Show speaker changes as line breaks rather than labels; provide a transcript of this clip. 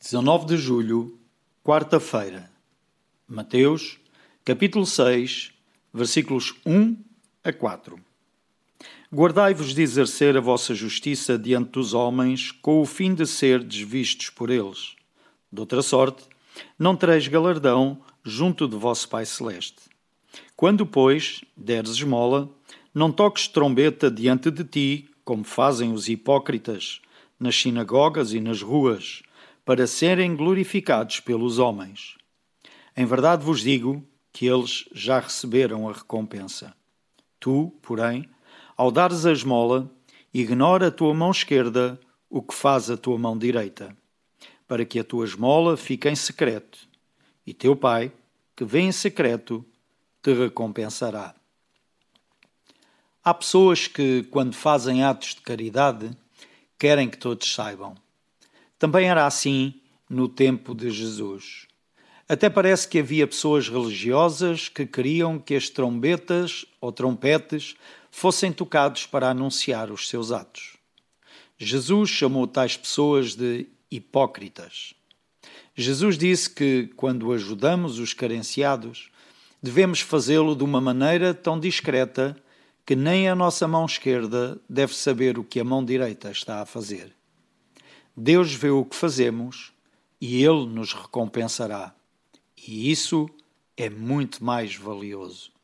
19 de julho, quarta-feira. Mateus, capítulo 6, versículos 1 a 4. Guardai-vos de exercer a vossa justiça diante dos homens, com o fim de serdes vistos por eles. De outra sorte, não tereis galardão junto de vosso Pai Celeste. Quando, pois, deres esmola, não toques trombeta diante de ti, como fazem os hipócritas, nas sinagogas e nas ruas, para serem glorificados pelos homens. Em verdade vos digo que eles já receberam a recompensa. Tu, porém, ao dares a esmola, ignora a tua mão esquerda o que faz a tua mão direita, para que a tua esmola fique em secreto, e teu Pai, que vê em secreto, te recompensará. Há pessoas que, quando fazem atos de caridade, querem que todos saibam. Também era assim no tempo de Jesus. Até parece que havia pessoas religiosas que queriam que as trombetas ou trompetes fossem tocados para anunciar os seus atos. Jesus chamou tais pessoas de hipócritas. Jesus disse que, quando ajudamos os carenciados, devemos fazê-lo de uma maneira tão discreta que nem a nossa mão esquerda deve saber o que a mão direita está a fazer. Deus vê o que fazemos e Ele nos recompensará. E isso é muito mais valioso.